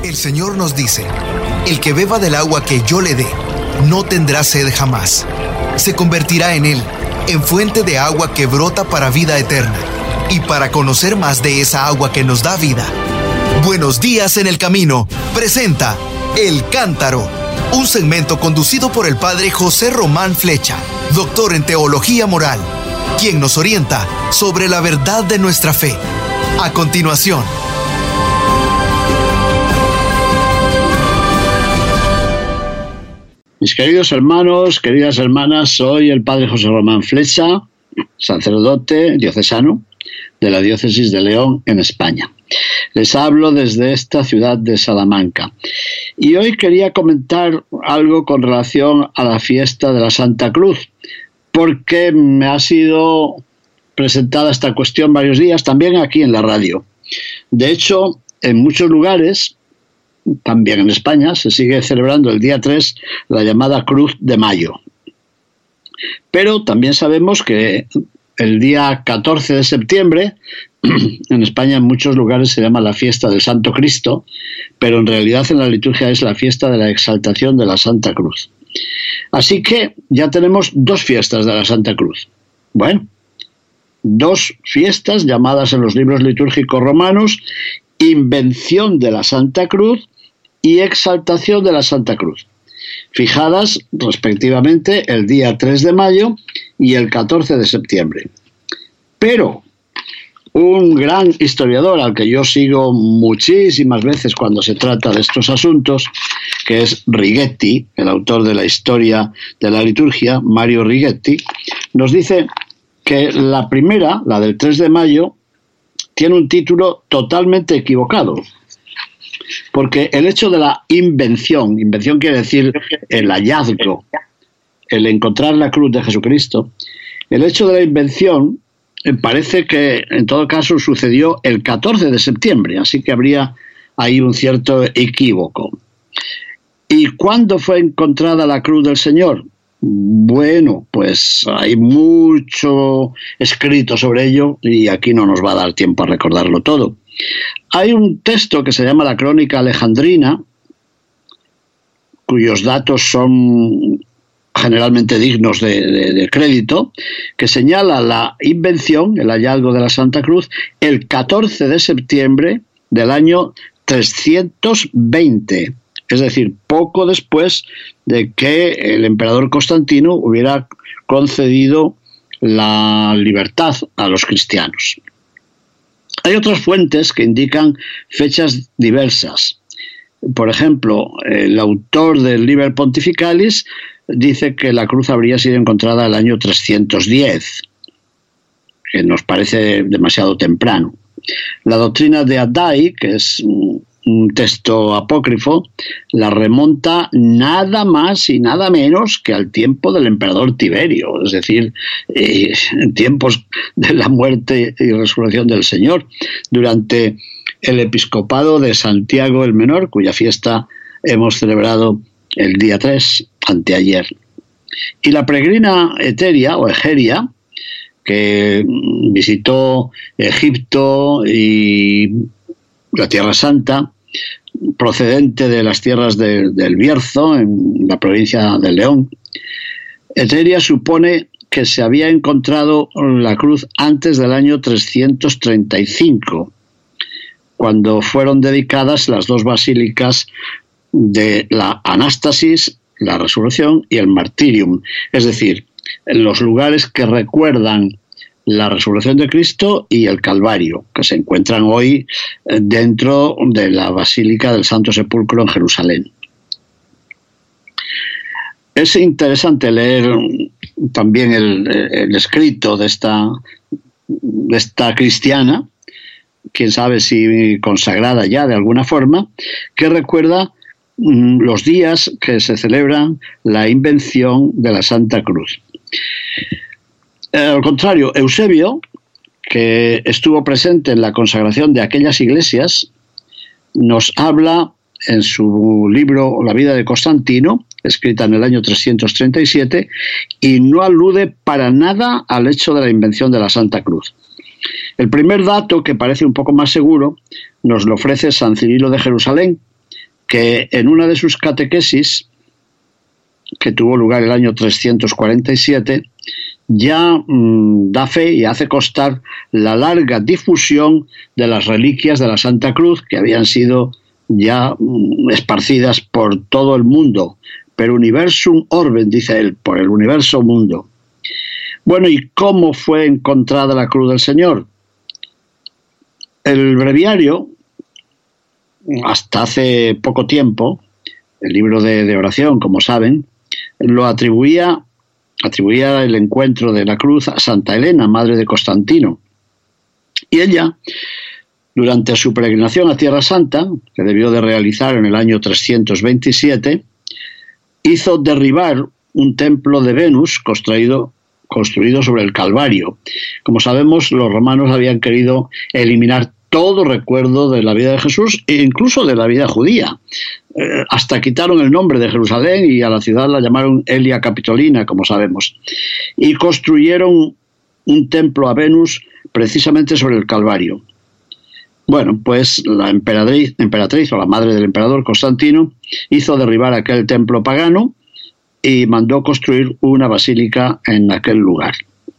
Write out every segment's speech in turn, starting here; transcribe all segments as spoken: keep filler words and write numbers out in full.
El Señor nos dice, el que beba del agua que yo le dé, no tendrá sed jamás. Se convertirá en él, en fuente de agua que brota para vida eterna. Y para conocer más de esa agua que nos da vida, Buenos Días en el Camino presenta El Cántaro, un segmento conducido por el padre José Román Flecha, doctor en Teología Moral, quien nos orienta sobre la verdad de nuestra fe. A continuación. Mis queridos hermanos, queridas hermanas, soy el padre José Román Flecha, sacerdote diocesano de la diócesis de León en España. Les hablo desde esta ciudad de Salamanca. Y hoy quería comentar algo con relación a la fiesta de la Santa Cruz, porque me ha sido presentada esta cuestión varios días, también aquí en la radio. De hecho, en muchos lugares, también en España, se sigue celebrando el día tres la llamada Cruz de Mayo. Pero también sabemos que el día catorce de septiembre, en España en muchos lugares se llama la fiesta del Santo Cristo, pero en realidad en la liturgia es la fiesta de la exaltación de la Santa Cruz. Así que ya tenemos dos fiestas de la Santa Cruz. Bueno, dos fiestas llamadas en los libros litúrgicos romanos Invención de la Santa Cruz y Exaltación de la Santa Cruz, fijadas respectivamente el día tres de mayo y el catorce de septiembre. Pero un gran historiador al que yo sigo muchísimas veces cuando se trata de estos asuntos, que es Righetti, el autor de la historia de la liturgia, Mario Righetti, nos dice que la primera, la del tres de mayo, tiene un título totalmente equivocado. Porque el hecho de la invención, invención quiere decir el hallazgo, el encontrar la cruz de Jesucristo, el hecho de la invención parece que en todo caso sucedió el catorce de septiembre, así que habría ahí un cierto equívoco. ¿Y cuándo fue encontrada la cruz del Señor? Bueno, pues hay mucho escrito sobre ello y aquí no nos va a dar tiempo a recordarlo todo. Hay un texto que se llama la Crónica Alejandrina, cuyos datos son generalmente dignos de, de, de crédito, que señala la invención, el hallazgo de la Santa Cruz, el catorce de septiembre del año trescientos veinte. Es decir, poco después de que el emperador Constantino hubiera concedido la libertad a los cristianos. Hay otras fuentes que indican fechas diversas. Por ejemplo, el autor del Liber Pontificalis dice que la cruz habría sido encontrada el año trescientos diez, que nos parece demasiado temprano. La doctrina de Addai, que es un texto apócrifo, la remonta nada más y nada menos que al tiempo del emperador Tiberio, es decir, eh, en tiempos de la muerte y resurrección del Señor, durante el episcopado de Santiago el Menor, cuya fiesta hemos celebrado el día tres, anteayer. Y la peregrina Eteria o Egeria, que visitó Egipto y la Tierra Santa, procedente de las tierras de, del Bierzo, en la provincia de León, Eteria supone que se había encontrado la cruz antes del año trescientos treinta y cinco, cuando fueron dedicadas las dos basílicas de la Anástasis, la Resurrección, y el Martirium, es decir, los lugares que recuerdan la resurrección de Cristo y el Calvario, que se encuentran hoy dentro de la Basílica del Santo Sepulcro en Jerusalén. Es interesante leer también el, el escrito de esta, de esta cristiana, quién sabe si consagrada ya de alguna forma, que recuerda los días que se celebran la invención de la Santa Cruz. Al contrario, Eusebio, que estuvo presente en la consagración de aquellas iglesias, nos habla en su libro La vida de Constantino, escrita en el año trescientos treinta y siete, y no alude para nada al hecho de la invención de la Santa Cruz. El primer dato, que parece un poco más seguro, nos lo ofrece San Cirilo de Jerusalén, que en una de sus catequesis, que tuvo lugar el año trescientos cuarenta y siete, ya mmm, da fe y hace constar la larga difusión de las reliquias de la Santa Cruz, que habían sido ya mmm, esparcidas por todo el mundo, per universum orbem, dice él, por el universo mundo. Bueno, ¿y cómo fue encontrada la cruz del Señor? El breviario, hasta hace poco tiempo, el libro de, de oración, como saben, lo atribuía, atribuía el encuentro de la cruz a Santa Elena, madre de Constantino. Y ella, durante su peregrinación a Tierra Santa, que debió de realizar en el año trescientos veintisiete, hizo derribar un templo de Venus construido, construido sobre el Calvario. Como sabemos, los romanos habían querido eliminar todo recuerdo de la vida de Jesús e incluso de la vida judía. Eh, hasta quitaron el nombre de Jerusalén y a la ciudad la llamaron Elia Capitolina, como sabemos. Y construyeron un templo a Venus precisamente sobre el Calvario. Bueno, pues la emperatriz, emperatriz o la madre del emperador Constantino hizo derribar aquel templo pagano y mandó construir una basílica en aquel lugar.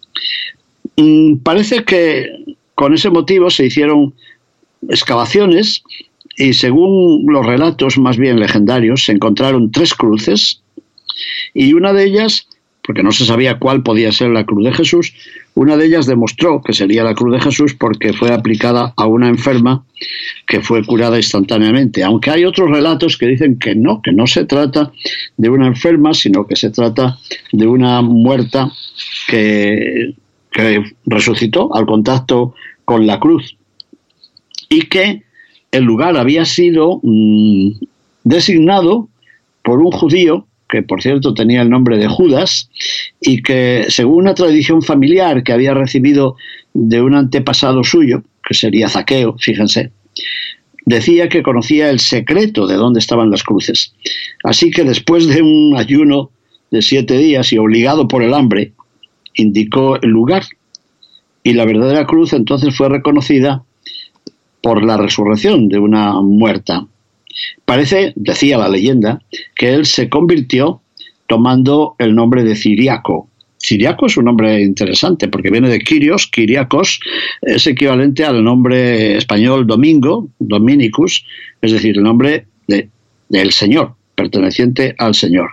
Mm, parece que con ese motivo se hicieron excavaciones y, según los relatos más bien legendarios, se encontraron tres cruces y una de ellas, porque no se sabía cuál podía ser la cruz de Jesús, una de ellas demostró que sería la cruz de Jesús porque fue aplicada a una enferma que fue curada instantáneamente, aunque hay otros relatos que dicen que no, que no se trata de una enferma, sino que se trata de una muerta que, que resucitó al contacto con la cruz y que el lugar había sido mmm, designado por un judío que, por cierto, tenía el nombre de Judas y que, según una tradición familiar que había recibido de un antepasado suyo, que sería Zaqueo, fíjense, decía que conocía el secreto de dónde estaban las cruces. Así que después de un ayuno de siete días y obligado por el hambre, indicó el lugar. Y la verdadera cruz entonces fue reconocida por la resurrección de una muerta. Parece, decía la leyenda, que él se convirtió tomando el nombre de Ciriaco. Ciriaco es un nombre interesante porque viene de Kyrios, Kyriakos, es equivalente al nombre español Domingo, Dominicus, es decir, el nombre de, del Señor, perteneciente al Señor.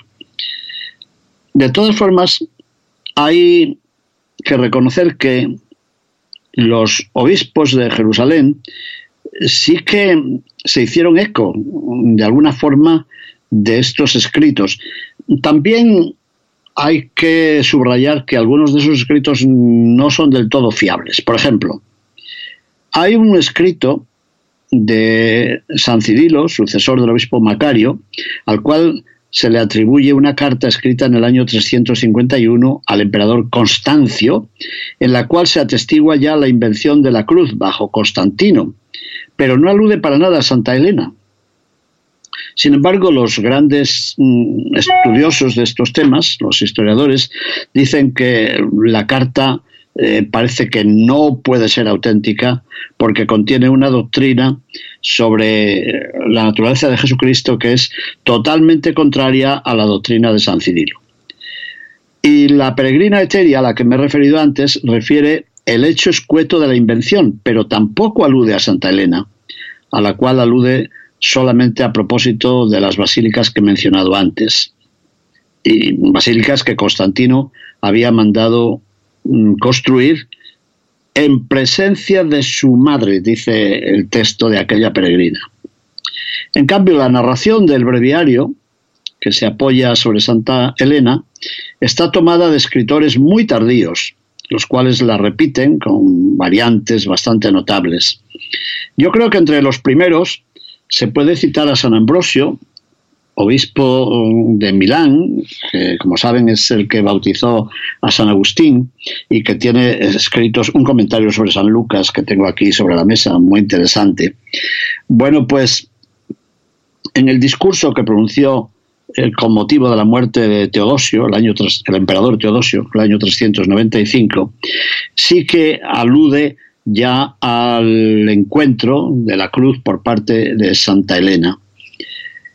De todas formas, hay que reconocer que los obispos de Jerusalén sí que se hicieron eco, de alguna forma, de estos escritos. También hay que subrayar que algunos de esos escritos no son del todo fiables. Por ejemplo, hay un escrito de San Cirilo, sucesor del obispo Macario, al cual se le atribuye una carta escrita en el año trescientos cincuenta y uno al emperador Constancio, en la cual se atestigua ya la invención de la cruz bajo Constantino, pero no alude para nada a Santa Elena. Sin embargo, los grandes mm, estudiosos de estos temas, los historiadores, dicen que la carta eh, parece que no puede ser auténtica porque contiene una doctrina sobre la naturaleza de Jesucristo que es totalmente contraria a la doctrina de San Cirilo. Y la peregrina Eteria, a la que me he referido antes, refiere el hecho escueto de la invención, pero tampoco alude a Santa Elena, a la cual alude solamente a propósito de las basílicas que he mencionado antes, y basílicas que Constantino había mandado mm, construir en presencia de su madre, dice el texto de aquella peregrina. En cambio, la narración del breviario, que se apoya sobre Santa Elena, está tomada de escritores muy tardíos, los cuales la repiten con variantes bastante notables. Yo creo que entre los primeros se puede citar a San Ambrosio, obispo de Milán, que, como saben, es el que bautizó a San Agustín y que tiene escritos un comentario sobre San Lucas que tengo aquí sobre la mesa, muy interesante. Bueno, pues en el discurso que pronunció eh, con motivo de la muerte de Teodosio, el, año, el emperador Teodosio, el año trescientos noventa y cinco, sí que alude ya al encuentro de la cruz por parte de Santa Elena.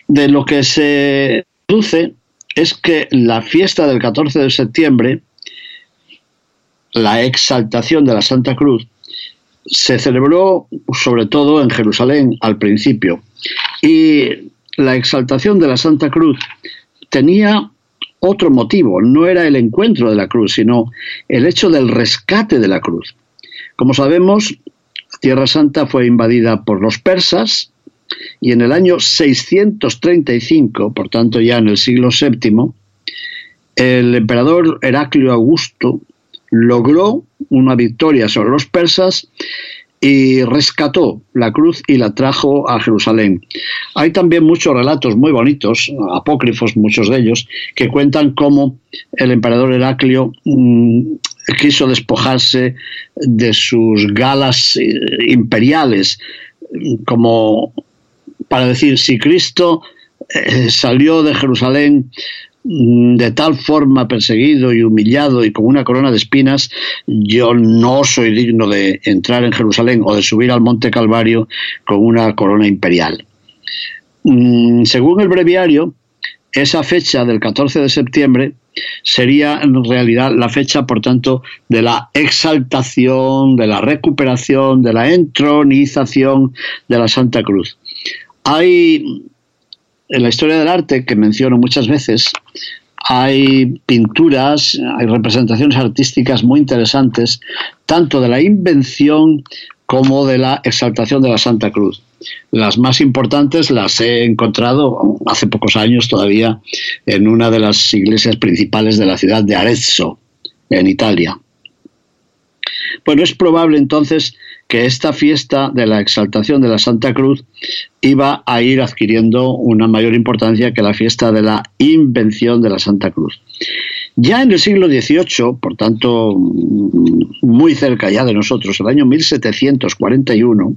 de lo que se deduce es que la fiesta del catorce de septiembre, la exaltación de la Santa Cruz, se celebró sobre todo en Jerusalén al principio, y la exaltación de la Santa Cruz tenía otro motivo, no era el encuentro de la cruz, sino el hecho del rescate de la cruz. Como sabemos, Tierra Santa fue invadida por los persas, y en el año seiscientos treinta y cinco, por tanto ya en el siglo séptimo, el emperador Heraclio Augusto logró una victoria sobre los persas y rescató la cruz y la trajo a Jerusalén. Hay también muchos relatos muy bonitos, apócrifos muchos de ellos, que cuentan cómo el emperador Heraclio mmm, quiso despojarse de sus galas imperiales, como para decir, si Cristo eh, salió de Jerusalén de tal forma perseguido y humillado y con una corona de espinas, yo no soy digno de entrar en Jerusalén o de subir al Monte Calvario con una corona imperial. Según el breviario, esa fecha del catorce de septiembre sería en realidad la fecha, por tanto, de la exaltación, de la recuperación, de la entronización de la Santa Cruz. Hay, en la historia del arte, que menciono muchas veces, hay pinturas, hay representaciones artísticas muy interesantes, tanto de la invención como de la exaltación de la Santa Cruz. Las más importantes las he encontrado hace pocos años todavía en una de las iglesias principales de la ciudad de Arezzo, en Italia. Bueno, es probable entonces que esta fiesta de la exaltación de la Santa Cruz iba a ir adquiriendo una mayor importancia que la fiesta de la invención de la Santa Cruz. Ya en el siglo dieciocho, por tanto muy cerca ya de nosotros, el año mil setecientos cuarenta y uno,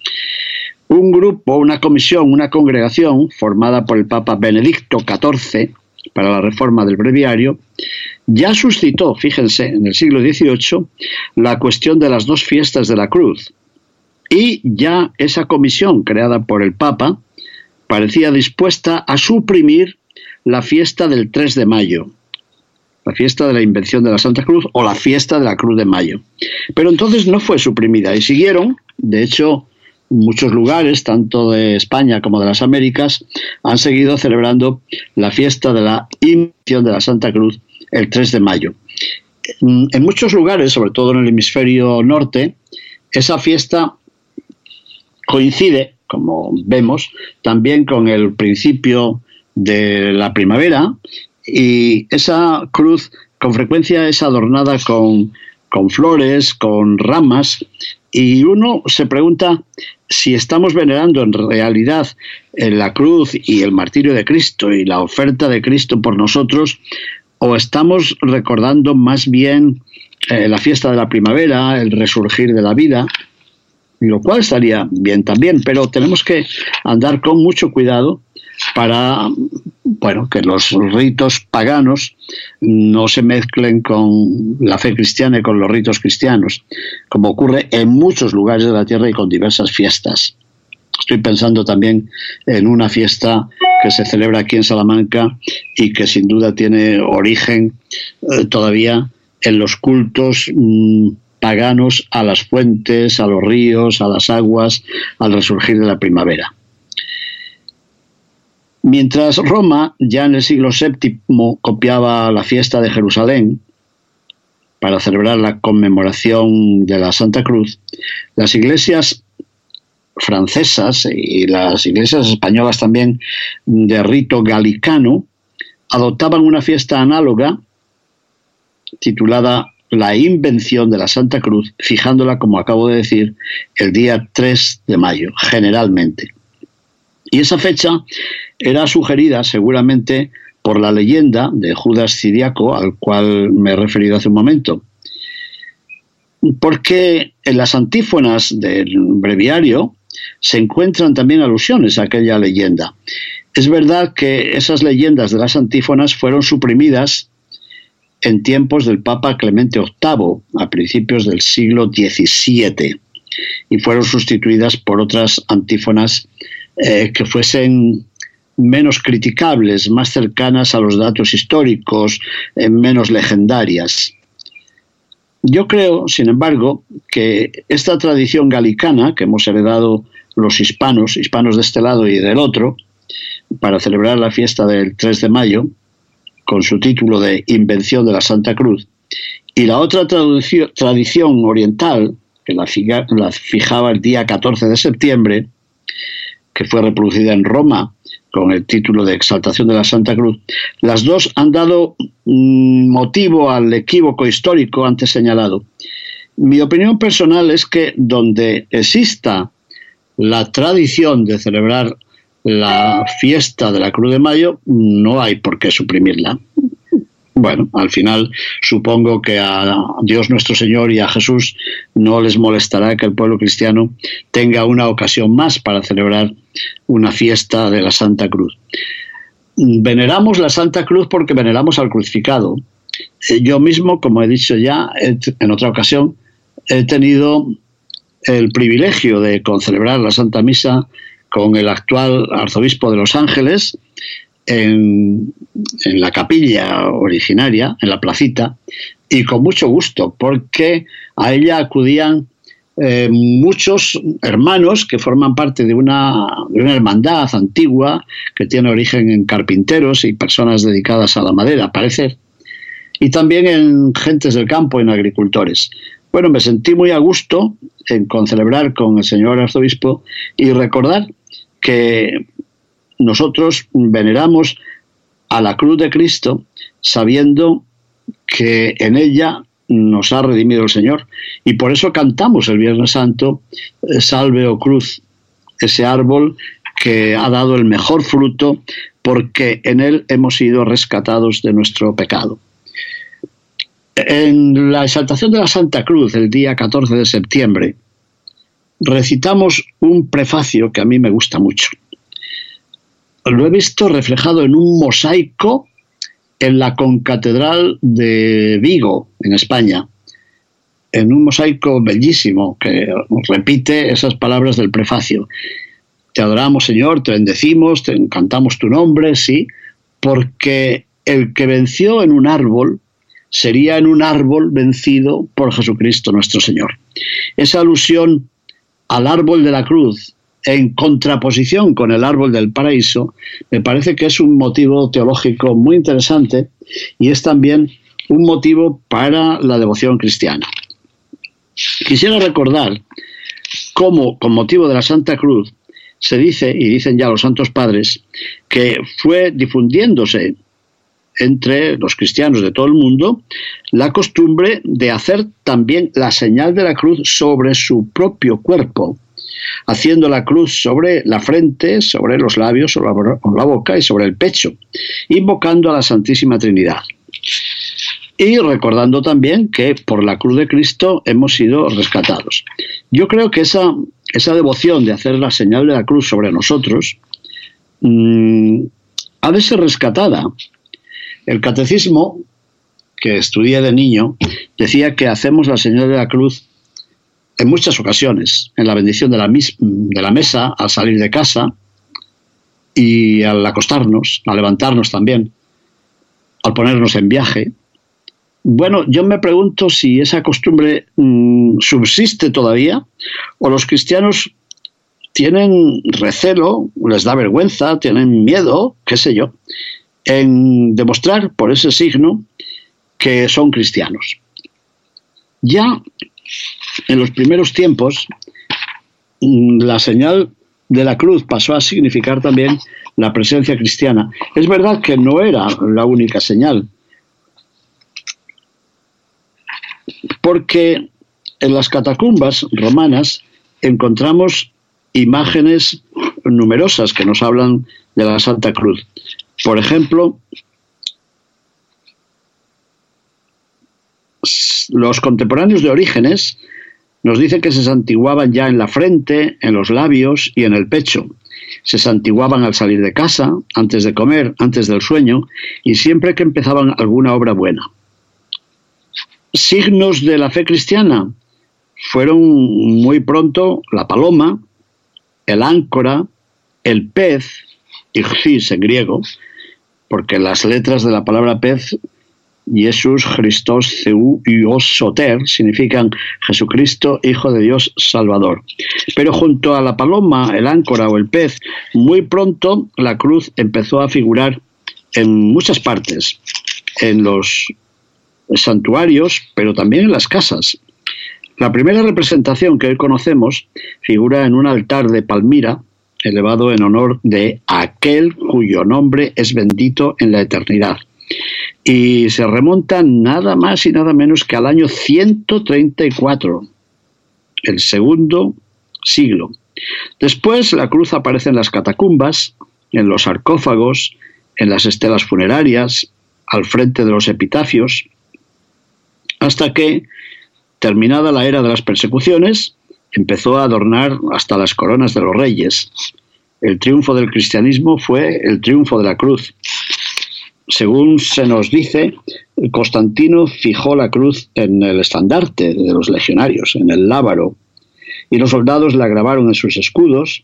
un grupo, una comisión, una congregación formada por el Papa Benedicto catorce para la reforma del breviario, ya suscitó, fíjense, en el siglo dieciocho, la cuestión de las dos fiestas de la cruz. Y ya esa comisión creada por el Papa parecía dispuesta a suprimir la fiesta del tres de mayo, la fiesta de la invención de la Santa Cruz o la fiesta de la Cruz de Mayo. Pero entonces no fue suprimida y siguieron, de hecho, muchos lugares, tanto de España como de las Américas, han seguido celebrando la fiesta de la invención de la Santa Cruz el tres de mayo. En muchos lugares, sobre todo en el hemisferio norte, esa fiesta coincide, como vemos, también con el principio de la primavera, y esa cruz con frecuencia es adornada con, con flores, con ramas, y uno se pregunta si estamos venerando en realidad la cruz y el martirio de Cristo y la oferta de Cristo por nosotros, o estamos recordando más bien eh, la fiesta de la primavera, el resurgir de la vida, lo cual estaría bien también, pero tenemos que andar con mucho cuidado para, bueno, que los ritos paganos no se mezclen con la fe cristiana y con los ritos cristianos, como ocurre en muchos lugares de la tierra y con diversas fiestas. Estoy pensando también en una fiesta que se celebra aquí en Salamanca y que sin duda tiene origen eh, todavía en los cultos mmm, paganos a las fuentes, a los ríos, a las aguas, al resurgir de la primavera. Mientras Roma, ya en el siglo séptimo, copiaba la fiesta de Jerusalén para celebrar la conmemoración de la Santa Cruz, las iglesias francesas y las iglesias españolas también de rito galicano adoptaban una fiesta análoga titulada La Invención de la Santa Cruz, fijándola, como acabo de decir, el día tres de mayo, generalmente. Y esa fecha era sugerida seguramente por la leyenda de Judas Ciriaco, al cual me he referido hace un momento, porque en las antífonas del breviario se encuentran también alusiones a aquella leyenda. Es verdad que esas leyendas de las antífonas fueron suprimidas en tiempos del Papa Clemente octavo, a principios del siglo diecisiete, y fueron sustituidas por otras antífonas eh, que fuesen menos criticables, más cercanas a los datos históricos, eh, menos legendarias. Yo creo, sin embargo, que esta tradición galicana que hemos heredado los hispanos, hispanos de este lado y del otro, para celebrar la fiesta del tres de mayo, con su título de Invención de la Santa Cruz, y la otra tradición oriental, que la, fija, la fijaba el día catorce de septiembre, que fue reproducida en Roma con el título de Exaltación de la Santa Cruz, las dos han dado motivo al equívoco histórico antes señalado. Mi opinión personal es que donde exista la tradición de celebrar la fiesta de la Cruz de Mayo, no hay por qué suprimirla. Bueno, al final supongo que a Dios nuestro Señor y a Jesús no les molestará que el pueblo cristiano tenga una ocasión más para celebrar una fiesta de la Santa Cruz. Veneramos la Santa Cruz porque veneramos al crucificado. Yo mismo, como he dicho ya en otra ocasión, he tenido el privilegio de concelebrar la Santa Misa con el actual arzobispo de Los Ángeles, En, en la capilla originaria, en la placita, y con mucho gusto, porque a ella acudían eh, muchos hermanos que forman parte de una, de una hermandad antigua que tiene origen en carpinteros y personas dedicadas a la madera, parece, y también en gentes del campo, en agricultores. Bueno, me sentí muy a gusto en concelebrar con el señor arzobispo y recordar que nosotros veneramos a la cruz de Cristo sabiendo que en ella nos ha redimido el Señor. Y por eso cantamos el Viernes Santo, Salve, oh cruz, ese árbol que ha dado el mejor fruto, porque en él hemos sido rescatados de nuestro pecado. En la exaltación de la Santa Cruz, el día catorce de septiembre, recitamos un prefacio que a mí me gusta mucho. Lo he visto reflejado en un mosaico en la concatedral de Vigo, en España, en un mosaico bellísimo que repite esas palabras del prefacio. Te adoramos, Señor, te bendecimos, te cantamos tu nombre, sí, porque el que venció en un árbol sería en un árbol vencido por Jesucristo nuestro Señor. Esa alusión al árbol de la cruz, en contraposición con el árbol del paraíso, me parece que es un motivo teológico muy interesante y es también un motivo para la devoción cristiana. Quisiera recordar cómo, con motivo de la Santa Cruz, se dice, y dicen ya los santos padres, que fue difundiéndose entre los cristianos de todo el mundo la costumbre de hacer también la señal de la cruz sobre su propio cuerpo, haciendo la cruz sobre la frente, sobre los labios, sobre la boca y sobre el pecho, invocando a la Santísima Trinidad. Y recordando también que por la cruz de Cristo hemos sido rescatados. Yo creo que esa, esa devoción de hacer la señal de la cruz sobre nosotros mmm, ha de ser rescatada. El catecismo, que estudié de niño, decía que hacemos la señal de la cruz en muchas ocasiones, en la bendición de la, mis, de la mesa, al salir de casa y al acostarnos, al levantarnos también, al ponernos en viaje. Bueno, yo me pregunto si esa costumbre mmm, subsiste todavía o los cristianos tienen recelo, les da vergüenza, tienen miedo, qué sé yo, en demostrar por ese signo que son cristianos. Ya en los primeros tiempos, la señal de la cruz pasó a significar también la presencia cristiana. Es verdad que no era la única señal, porque en las catacumbas romanas encontramos imágenes numerosas que nos hablan de la Santa Cruz. Por ejemplo, los contemporáneos de Orígenes nos dicen que se santiguaban ya en la frente, en los labios y en el pecho. Se santiguaban al salir de casa, antes de comer, antes del sueño y siempre que empezaban alguna obra buena. Signos de la fe cristiana fueron muy pronto la paloma, el áncora, el pez, Ichthys en griego, porque las letras de la palabra pez, Jesús, Christos, Theou, Ios, Soter, significan Jesucristo, Hijo de Dios, Salvador. Pero junto a la paloma, el áncora o el pez, muy pronto la cruz empezó a figurar en muchas partes, en los santuarios, pero también en las casas. La primera representación que hoy conocemos figura en un altar de Palmira, elevado en honor de aquel cuyo nombre es bendito en la eternidad. Y se remonta nada más y nada menos que al año ciento treinta y cuatro, el segundo siglo. Después la cruz aparece en las catacumbas, en los sarcófagos, en las estelas funerarias, al frente de los epitafios, hasta que, terminada la era de las persecuciones, empezó a adornar hasta las coronas de los reyes. El triunfo del cristianismo fue el triunfo de la cruz. Según se nos dice, Constantino fijó la cruz en el estandarte de los legionarios, en el lábaro, y los soldados la grabaron en sus escudos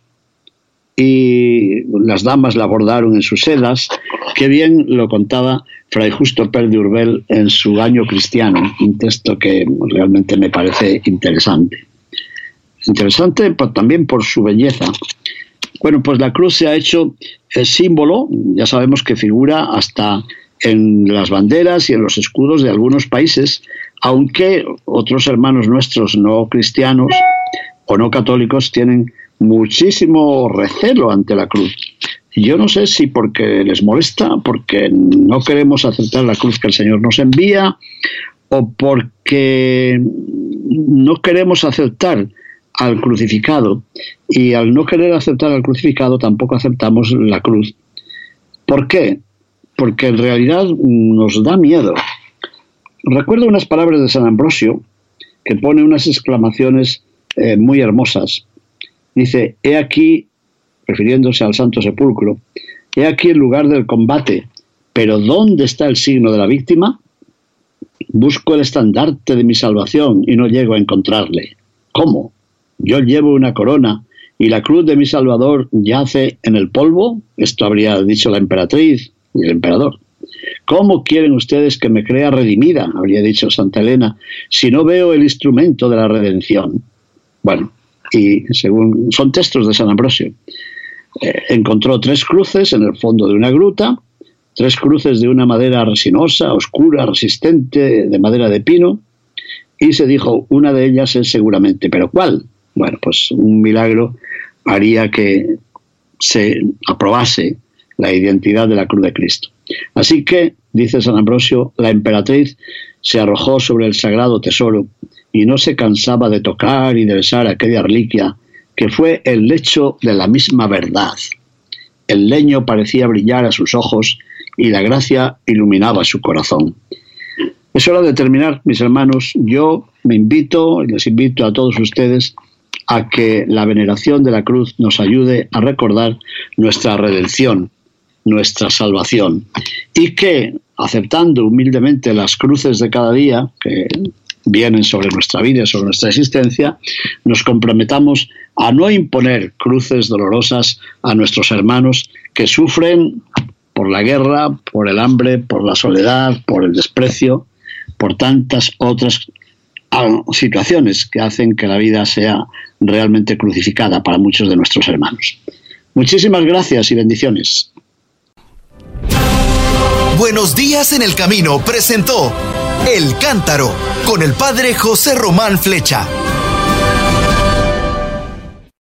y las damas la bordaron en sus sedas. Qué bien lo contaba Fray Justo Pérez de Urbel en su Año Cristiano, un texto que realmente me parece interesante. Interesante también por su belleza. Bueno, pues la cruz se ha hecho el símbolo, ya sabemos que figura hasta en las banderas y en los escudos de algunos países, aunque otros hermanos nuestros no cristianos o no católicos tienen muchísimo recelo ante la cruz. Yo no sé si porque les molesta, porque no queremos aceptar la cruz que el Señor nos envía, o porque no queremos aceptar al crucificado, y al no querer aceptar al crucificado tampoco aceptamos la cruz. ¿Por qué? Porque en realidad nos da miedo. Recuerdo unas palabras de San Ambrosio que pone unas exclamaciones eh, muy hermosas. Dice: he aquí, refiriéndose al Santo Sepulcro, he aquí el lugar del combate, pero ¿dónde está el signo de la víctima? Busco el estandarte de mi salvación y no llego a encontrarle. ¿Cómo? Yo llevo una corona y la cruz de mi Salvador yace en el polvo. Esto habría dicho la emperatriz y el emperador. ¿Cómo quieren ustedes que me crea redimida? Habría dicho Santa Elena, si no veo el instrumento de la redención. Bueno, y según son textos de San Ambrosio, eh, encontró tres cruces en el fondo de una gruta, tres cruces de una madera resinosa, oscura, resistente, de madera de pino, y se dijo, una de ellas es seguramente, ¿pero cuál? Bueno, pues un milagro haría que se aprobase la identidad de la cruz de Cristo. Así que, dice San Ambrosio, la emperatriz se arrojó sobre el sagrado tesoro y no se cansaba de tocar y de besar aquella reliquia que fue el lecho de la misma verdad. El leño parecía brillar a sus ojos y la gracia iluminaba su corazón. Es hora de terminar, mis hermanos. Yo me invito, y les invito a todos ustedes, a que la veneración de la cruz nos ayude a recordar nuestra redención, nuestra salvación, y que, aceptando humildemente las cruces de cada día que vienen sobre nuestra vida, sobre nuestra existencia, nos comprometamos a no imponer cruces dolorosas a nuestros hermanos que sufren por la guerra, por el hambre, por la soledad, por el desprecio, por tantas otras situaciones que hacen que la vida sea realmente crucificada para muchos de nuestros hermanos. Muchísimas gracias y bendiciones. Buenos Días en el Camino presentó El Cántaro con el Padre José Román Flecha.